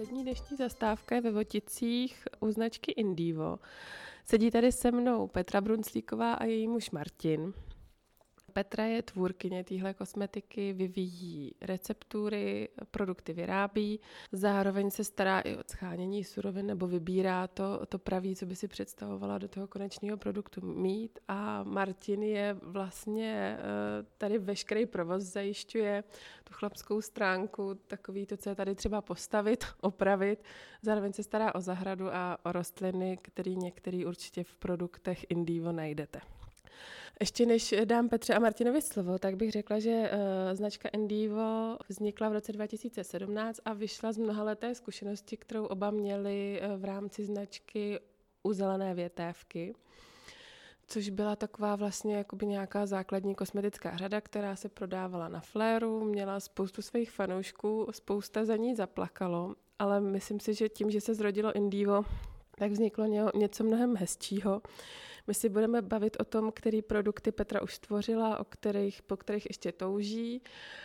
Poslední dnešní zastávka je ve Voticích u značky Indivo. Sedí tady se mnou Petra Brunclíková a její muž Martin. Petra je tvůrkyně téhle kosmetiky, vyvíjí receptury, produkty vyrábí, zároveň se stará i o shánění surovin nebo vybírá to praví, co by si představovala do toho konečného produktu mít. A Martin je vlastně tady veškerý provoz zajišťuje, tu chlapskou stránku, takový to, co je tady třeba postavit, opravit. Zároveň se stará o zahradu a o rostliny, který některý určitě v produktech Indivo najdete. Ještě než dám Petře a Martinovi slovo, tak bych řekla, že značka Indivo vznikla v roce 2017 a vyšla z mnohaleté zkušenosti, kterou oba měli v rámci značky U zelené větévky, což byla taková vlastně jakoby nějaká základní kosmetická řada, která se prodávala na fléru, měla spoustu svých fanoušků, spousta za ní zaplakalo, ale myslím si, že tím, že se zrodilo Indivo, tak vzniklo něco mnohem hezčího. My si budeme bavit o tom, který produkty Petra už stvořila, po kterých ještě touží.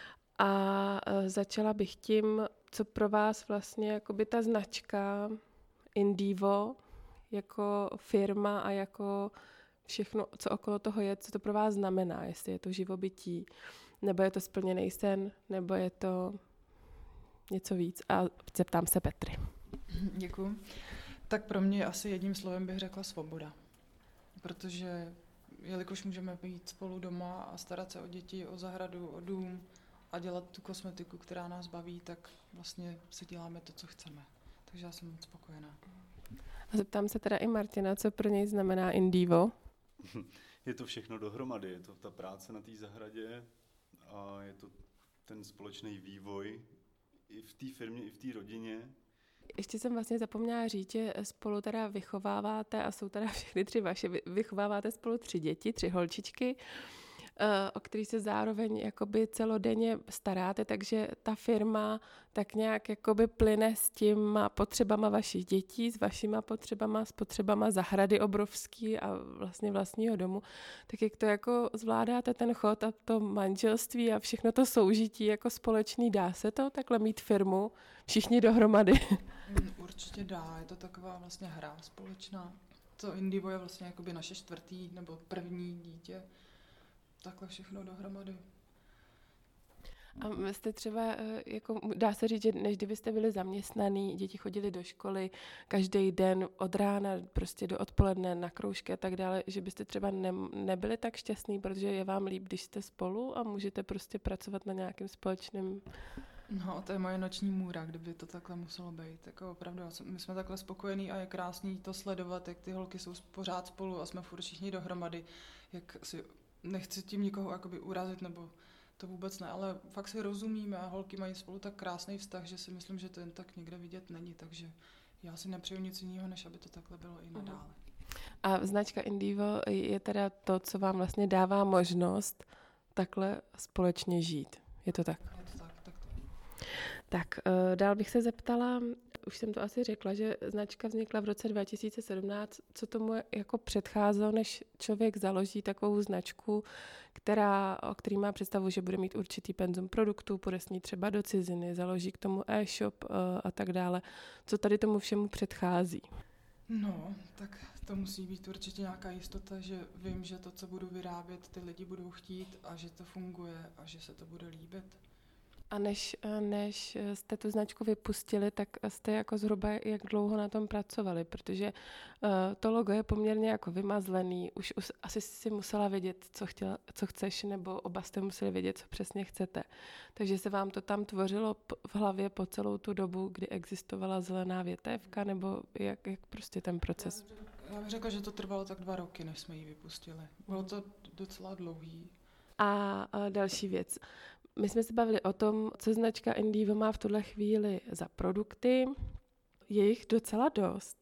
A začala bych tím, co pro vás vlastně jakoby ta značka Indivo jako firma a jako všechno, co okolo toho je, co to pro vás znamená, jestli je to živobytí, nebo je to splněný sen, nebo je to něco víc. A zeptám se Petry. Děkuju. Tak pro mě asi jedním slovem bych řekla svoboda. Protože jelikož můžeme být spolu doma a starat se o děti, o zahradu, o dům a dělat tu kosmetiku, která nás baví, tak vlastně si děláme to, co chceme. Takže já jsem moc spokojená. A zeptám se teda i Martina, co pro něj znamená Indivo? Je to všechno dohromady, je to ta práce na té zahradě a je to ten společný vývoj i v té firmě, i v té rodině. Ještě jsem vlastně zapomněla říct, že spolu teda vychováváte, a jsou teda všechny 3 vaše, vychováváte spolu 3 děti, 3 holčičky, o který se zároveň jakoby celodenně staráte, takže ta firma tak nějak jakoby plyne s těma potřebama vašich dětí, s vašima potřebama, s potřebama zahrady obrovský a vlastně vlastního domu. Tak jak to jako zvládáte ten chod a to manželství a všechno to soužití jako společný, dá se to takhle mít firmu všichni dohromady? Určitě dá, je to taková vlastně hra společná. To Indivo je vlastně jakoby naše 4. nebo 1. dítě. Takhle všechno dohromady. A jste třeba, jako, dá se říct, že než kdybyste byli zaměstnaný, děti chodili do školy každý den od rána prostě do odpoledne na kroužky a tak dále, že byste třeba nebyli tak šťastný, protože je vám líp, když jste spolu a můžete prostě pracovat na nějakém společném... No, to je moje noční můra, kdyby to takhle muselo být. Jako opravdu, my jsme takhle spokojení a je krásný to sledovat, jak ty holky jsou pořád spolu a jsme furt všichni dohromady, jak si... Nechci tím nikoho jakoby urazit, nebo to vůbec ne, ale fakt si rozumíme a holky mají spolu tak krásný vztah, že si myslím, že to jen tak někde vidět není, takže já si nepřeju nic jiného, než aby to takhle bylo i nadále. A značka Indivo je teda to, co vám vlastně dává možnost takhle společně žít. Je to tak? Je to tak. Tak, dál bych se zeptala, už jsem to asi řekla, že značka vznikla v roce 2017. Co tomu jako předcházelo, než člověk založí takovou značku, o který má představu, že bude mít určitý penzum produktů, půjde s ní třeba do ciziny, založí k tomu e-shop a tak dále. Co tady tomu všemu předchází? No, tak to musí být určitě nějaká jistota, že vím, že to, co budu vyrábět, ty lidi budou chtít a že to funguje a že se to bude líbit. A než jste tu značku vypustili, tak jste jako zhruba jak dlouho na tom pracovali, protože to logo je poměrně jako vymazlený, už asi si musela vědět, co chceš, nebo oba jste museli vědět, co přesně chcete. Takže se vám to tam tvořilo v hlavě po celou tu dobu, kdy existovala zelená větévka, nebo jak prostě ten proces? Já bych řekla, že to trvalo tak 2 roky, než jsme ji vypustili. Bylo to docela dlouhý. A další věc. My jsme se bavili o tom, co značka Indivo má v tuhle chvíli za produkty. Je jich docela dost.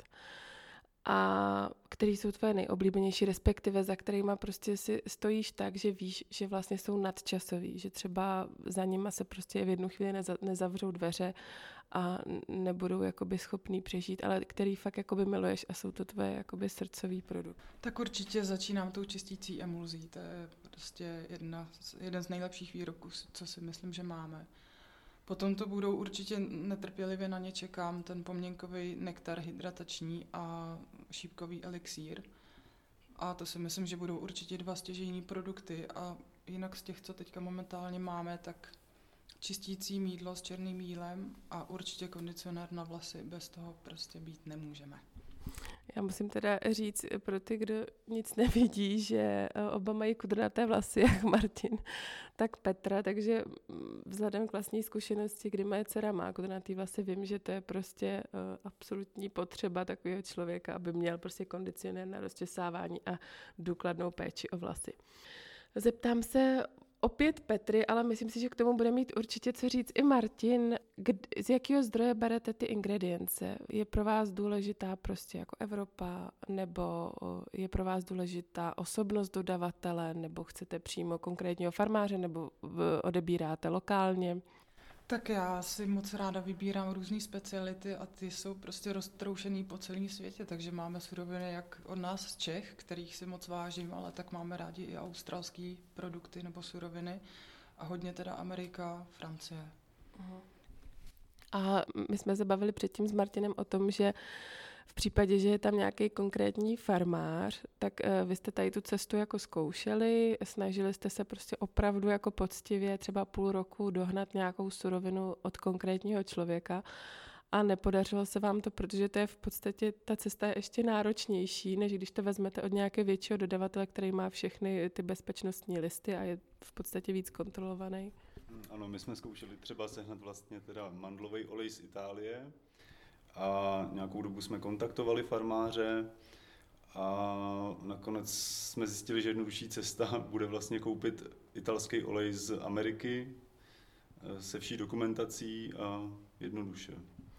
A který jsou tvoje nejoblíbenější, respektive za kterýma prostě si stojíš tak, že víš, že vlastně jsou nadčasový, že třeba za nima se prostě v jednu chvíli nezavřou dveře a nebudou jakoby schopný přežít, ale který fakt jakoby miluješ a jsou to tvoje jakoby srdcový produkt. Tak určitě začínám tou čistící emulzí, to je prostě jeden z nejlepších výrobků, co si myslím, že máme. Potom to budou určitě netrpělivě na ně čekám, ten pomněnkový nektar hydratační a šípkový elixír. A to si myslím, že budou určitě 2 stěžejní produkty a jinak z těch, co teďka momentálně máme, tak čistící mýdlo s černým jílem a určitě kondicionér na vlasy, bez toho prostě být nemůžeme. Já musím teda říct pro ty, kdo nic nevidí, že oba mají kudrnaté vlasy, jak Martin, tak Petra, takže vzhledem k vlastní zkušenosti, kdy moje dcera má kudrnatý vlasy, vím, že to je prostě absolutní potřeba takového člověka, aby měl prostě kondicionér na rozčesávání a důkladnou péči o vlasy. Zeptám se opět Petry, ale myslím si, že k tomu bude mít určitě co říct i Martin. Z jakého zdroje berete ty ingredience? Je pro vás důležitá prostě jako Evropa, nebo je pro vás důležitá osobnost dodavatele, nebo chcete přímo konkrétního farmáře, nebo odebíráte lokálně? Tak já si moc ráda vybírám různé speciality a ty jsou prostě roztroušený po celém světě, takže máme suroviny jak od nás z Čech, kterých si moc vážím, ale tak máme rádi i australské produkty nebo suroviny a hodně teda Amerika, Francie. A my jsme se bavili předtím s Martinem o tom, že v případě, že je tam nějaký konkrétní farmář, tak vy jste tady tu cestu jako zkoušeli, snažili jste se prostě opravdu jako poctivě třeba půl roku dohnat nějakou surovinu od konkrétního člověka a nepodařilo se vám to, protože to je v podstatě, ta cesta je ještě náročnější, než když to vezmete od nějakého většího dodavatele, který má všechny ty bezpečnostní listy a je v podstatě víc kontrolovaný. Ano, my jsme zkoušeli třeba sehnat vlastně teda mandlový olej z Itálie a nějakou dobu jsme kontaktovali farmáře a nakonec jsme zjistili, že jednodušší cesta bude vlastně koupit italský olej z Ameriky se vší dokumentací a jednoduše.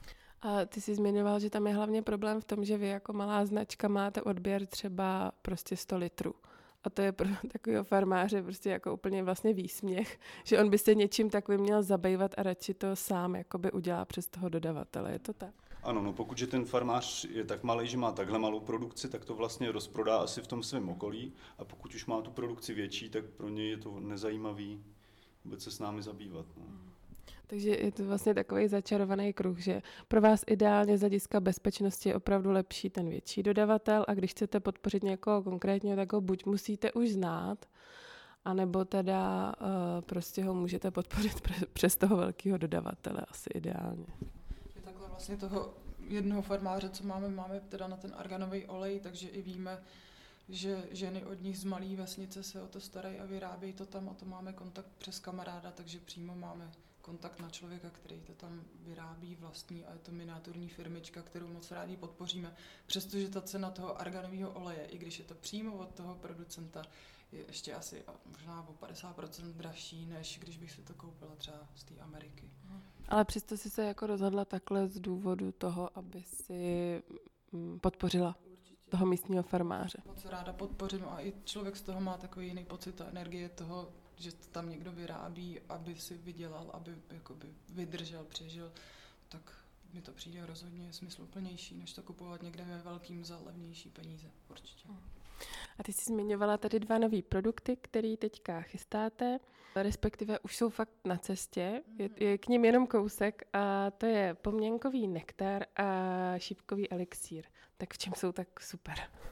A ty jsi zmiňoval, že tam je hlavně problém v tom, že vy jako malá značka máte odběr třeba prostě 100 litrů. A to je pro takového farmáře prostě jako úplně vlastně výsměch, že on by se něčím takovým měl zabývat a radši to sám jakoby udělá přes toho dodavatele. Je to tak? Ano, no pokud ten farmář je tak malý, že má takhle malou produkci, tak to vlastně rozprodá asi v tom svém okolí a pokud už má tu produkci větší, tak pro něj je to nezajímavý vůbec se s námi zabývat. No. Takže je to vlastně takový začarovaný kruh, že pro vás ideálně z hlediska bezpečnosti je opravdu lepší ten větší dodavatel a když chcete podpořit někoho konkrétního, tak ho buď musíte už znát, anebo teda prostě ho můžete podpořit přes toho velkého dodavatele asi ideálně. Je takhle vlastně toho jednoho farmáře, co máme teda na ten arganový olej, takže i víme, že ženy od nich z malé vesnice se o to starají a vyrábějí to tam a to máme kontakt přes kamaráda, takže přímo máme kontakt na člověka, který to tam vyrábí vlastní a je to miniaturní firmička, kterou moc rádi podpoříme. Přestože ta cena toho arganového oleje, i když je to přímo od toho producenta, je ještě asi možná o 50% dražší, než když bych si to koupila třeba z té Ameriky. Ale přesto jsi se jako rozhodla takhle z důvodu toho, aby si podpořila toho místního farmáře. Moc ráda podpořím a i člověk z toho má takový jiný pocit a energie toho, že to tam někdo vyrábí, aby si vydělal, aby jakoby vydržel, přežil, tak mi to přijde rozhodně smysluplnější, než to kupovat někde ve velkým za levnější peníze, určitě. A ty jsi zmiňovala tady 2 nový produkty, který teďka chystáte, respektive už jsou fakt na cestě, je k nim jenom kousek a to je pomněnkový nektar a šípkový elixír. Tak v čem jsou tak super?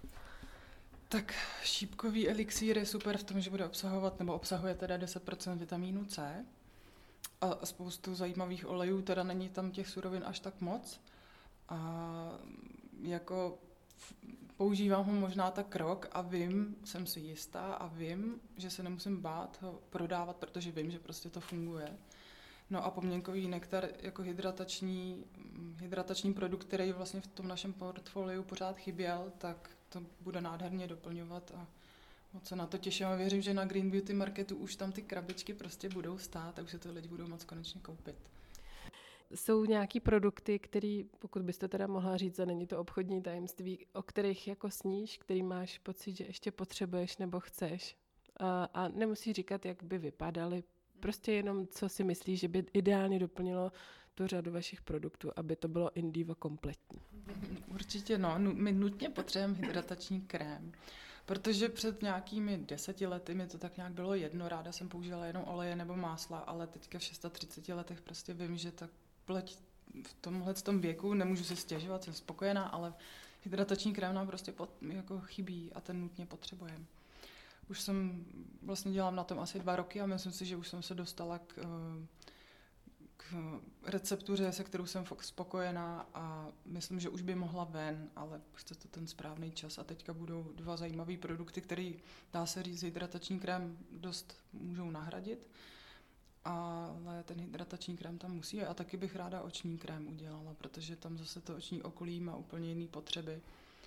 Tak šípkový elixír je super v tom, že bude obsahovat, nebo obsahuje teda 10% vitamínu C a spoustu zajímavých olejů, teda není tam těch surovin až tak moc. A jako používám ho možná tak rok a jsem si jistá a vím, že se nemusím bát ho prodávat, protože vím, že prostě to funguje. No a pomněnkový nektar jako hydratační produkt, který vlastně v tom našem portfoliu pořád chyběl, tak to bude nádherně doplňovat a moc se na to těším a věřím, že na Green Beauty Marketu už tam ty krabičky prostě budou stát a už se to lidi budou moc konečně koupit. Jsou nějaký produkty, který, pokud bys to teda mohla říct, a není to obchodní tajemství, o kterých jako sníš, který máš pocit, že ještě potřebuješ nebo chceš. A nemusíš říkat, jak by vypadaly, prostě jenom, co si myslíš, že by ideálně doplnilo tu řadu vašich produktů, aby to bylo Indivo kompletní. Určitě, no. My nutně potřebujeme hydratační krém. Protože před nějakými 10 lety mi to tak nějak bylo jedno, ráda jsem používala jenom oleje nebo másla, ale teďka v 36 letech prostě vím, že ta pleť v tomhletom věku, nemůžu si stěžovat, jsem spokojená, ale hydratační krém nám prostě jako chybí a ten nutně potřebujeme. Už jsem vlastně dělám na tom asi 2 roky a myslím si, že už jsem se dostala k receptuře, se kterou jsem fakt spokojená a myslím, že už by mohla ven, ale chce to ten správný čas a teďka budou 2 zajímavý produkty, které dá se říct hydratační krém dost můžou nahradit, ale ten hydratační krém tam musí a taky bych ráda oční krém udělala, protože tam zase to oční okolí má úplně jiné potřeby.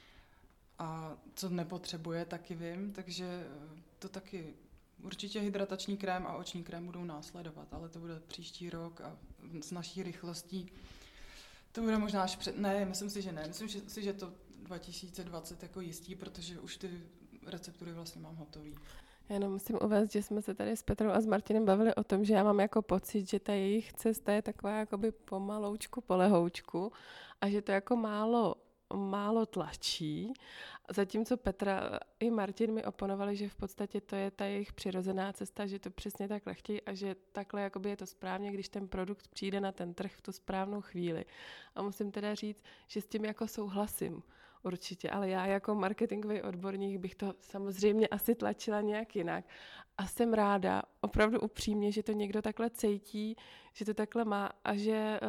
A co nepotřebuje, taky vím, takže to taky určitě hydratační krém a oční krém budou následovat, ale to bude příští rok a s naší rychlostí to bude možná až myslím si, že ne. Myslím si, že to 2020 jako jistí, protože už ty receptury vlastně mám hotový. Já jenom musím uvést, že jsme se tady s Petrou a s Martinem bavili o tom, že já mám jako pocit, že ta jejich cesta je taková jakoby pomaloučku, polehoučku a že to jako málo tlačí, zatímco Petra i Martin mi oponovali, že v podstatě to je ta jejich přirozená cesta, že to přesně takhle chtějí a že takhle jakoby je to správně, když ten produkt přijde na ten trh v tu správnou chvíli. A musím teda říct, že s tím jako souhlasím určitě, ale já jako marketingový odborník bych to samozřejmě asi tlačila nějak jinak. A jsem ráda, opravdu upřímně, že to někdo takhle cítí, že to takhle má a že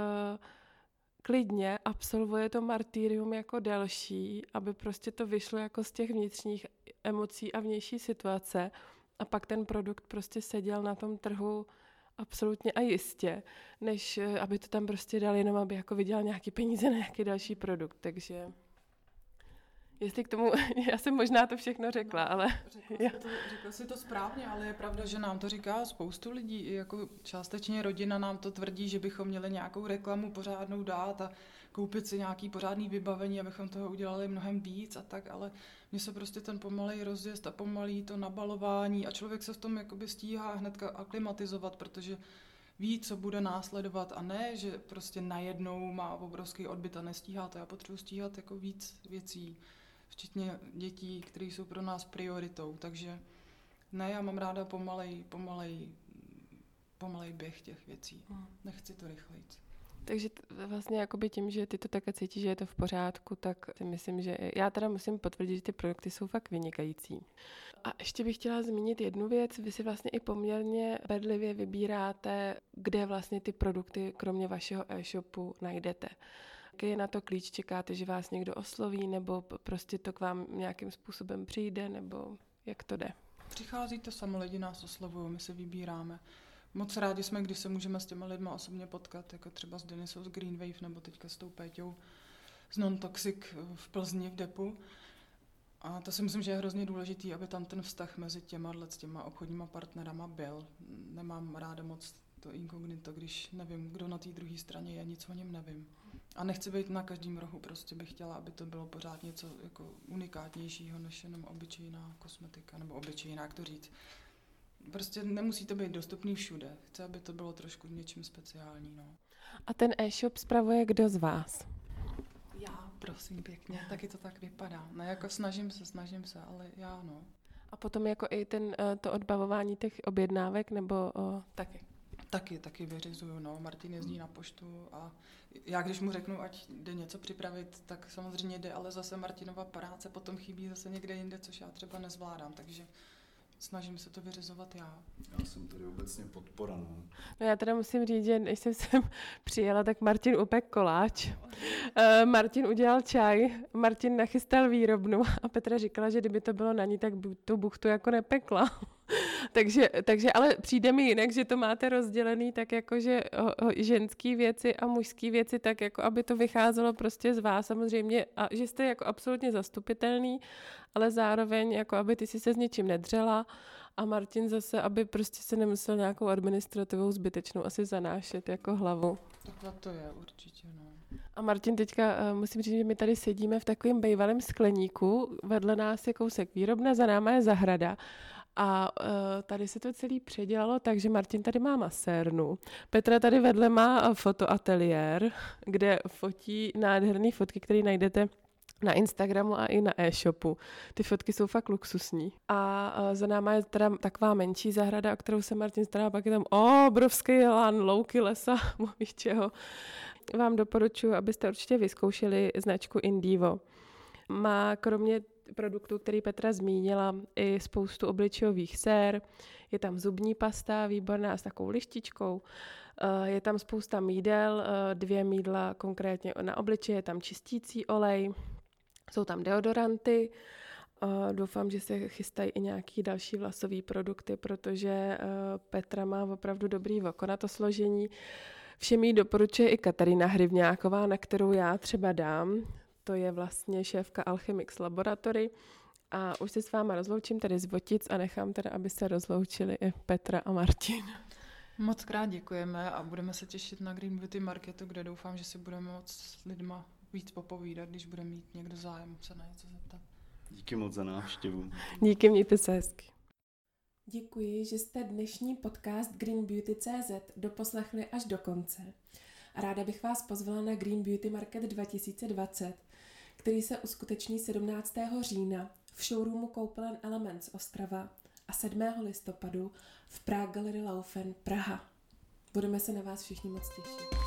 klidně absolvuje to martyrium jako delší, aby prostě to vyšlo jako z těch vnitřních emocí a vnější situace a pak ten produkt prostě seděl na tom trhu absolutně a jistě, než aby to tam prostě dal jenom, aby jako vydělal nějaký peníze na nějaký další produkt, takže jestli k tomu, já jsem možná to všechno řekla, ale Řekla si to správně, ale je pravda, že nám to říká spoustu lidí, i jako částečně rodina nám to tvrdí, že bychom měli nějakou reklamu pořádnou dát a koupit si nějaký pořádný vybavení, abychom toho udělali mnohem víc a tak, ale mně se prostě ten pomalej rozjezd a pomalý to nabalování a člověk se v tom jakoby stíhá hnedka aklimatizovat, protože ví, co bude následovat a ne, že prostě najednou má obrovský odbyt a nestíhá to. Já potřebuji stíhat jako víc věcí, včetně dětí, které jsou pro nás prioritou, takže ne, já mám ráda pomalej běh těch věcí. Nechci to rychlejc. Takže vlastně jakoby tím, že ty to také cítíš, že je to v pořádku, tak si myslím, že já teda musím potvrdit, že ty produkty jsou fakt vynikající. A ještě bych chtěla zmínit jednu věc. Vy si vlastně i poměrně bedlivě vybíráte, kde vlastně ty produkty, kromě vašeho e-shopu, najdete. Jaký je na to klíč? Čekáte, že vás někdo osloví, nebo prostě to k vám nějakým způsobem přijde, nebo jak to jde? Přichází to samo, lidi nás oslovují, my se vybíráme. Moc rádi jsme, když se můžeme s těma lidma osobně potkat, jako třeba s Denisou z Green Wave, nebo teďka s tou Péťou z Non-Toxic v Plzni v depu. A to si myslím, že je hrozně důležitý, aby tam ten vztah mezi těma obchodníma partnerama byl. Nemám ráda moc to inkognito, když nevím, kdo na té druhé straně je, nic o něm nevím. A nechci být na každém rohu, prostě bych chtěla, aby to bylo pořád něco jako unikátnějšího, než jenom obyčejná kosmetika, nebo obyčejná, jak to říct. Prostě nemusí to být dostupný všude. Chci, aby to bylo trošku něčím speciální. No. A ten e-shop spravuje kdo z vás? Já, prosím pěkně, taky to tak vypadá. Ne, jako snažím se, ale já no. A potom jako i to odbavování těch objednávek, nebo taky? Taky vyřizuju, no. Martin jezdí na poštu a já když mu řeknu, ať jde něco připravit, tak samozřejmě jde, ale zase Martinova práce potom chybí zase někde jinde, což já třeba nezvládám, takže snažím se to vyřizovat já. Já jsem tady obecně podpora, no. No já teda musím říct, že než jsem sem přijela, tak Martin upek koláč. Martin udělal čaj, Martin nachystal výrobnu a Petra říkala, že kdyby to bylo na ní, tak tu buchtu jako nepekla. takže ale přijde mi jinak, že to máte rozdělený tak jako, že ženský věci a mužský věci tak jako, aby to vycházelo prostě z vás samozřejmě a že jste jako absolutně zastupitelný, ale zároveň jako, aby ty si se s něčím nedřela a Martin zase, aby prostě se nemusel nějakou administrativou zbytečnou asi zanášet jako hlavu. Takhle to je určitě, no. A Martin, teďka musím říct, že my tady sedíme v takovém bejvalém skleníku, vedle nás je kousek výrobna, za náma je zahrada. A tady se to celý předělalo, takže Martin tady má masérnu. Petra tady vedle má fotoateliér, kde fotí nádherné fotky, které najdete na Instagramu a i na e-shopu. Ty fotky jsou fakt luxusní. A za náma je teda taková menší zahrada, o kterou se Martin stará, pak je tam obrovský jelán, louky lesa, víš čeho. Vám doporučuji, abyste určitě vyzkoušeli značku Indivo. Má kromě produktů, který Petra zmínila, i spoustu obličejových sér, je tam zubní pasta, výborná s takovou lištičkou, je tam spousta mídel, 2 mídla konkrétně na obličeji, je tam čistící olej, jsou tam deodoranty, doufám, že se chystají i nějaký další vlasové produkty, protože Petra má opravdu dobrý oko na to složení. Všem jí doporučuje i Katarína Hryvňáková, na kterou já třeba dám. To je vlastně šéfka Alchemix Laboratory. A už se s váma rozloučím tady z Votic a nechám teda, aby se rozloučili i Petra a Martin. Moc krát děkujeme a budeme se těšit na Green Beauty Marketu, kde doufám, že si budeme moct s lidma víc popovídat, když bude mít někdo zájem se na něco zeptat. Díky moc za návštěvu. Díky, mějte se hezky. Děkuji, že jste dnešní podcast Green Beauty.cz doposlechli až do konce. Ráda bych vás pozvala na Green Beauty Market 2020, který se uskuteční 17. října v showroomu koupelen Elements Ostrava a 7. listopadu v Prague Gallery Laufen Praha. Budeme se na vás všichni moc těšit.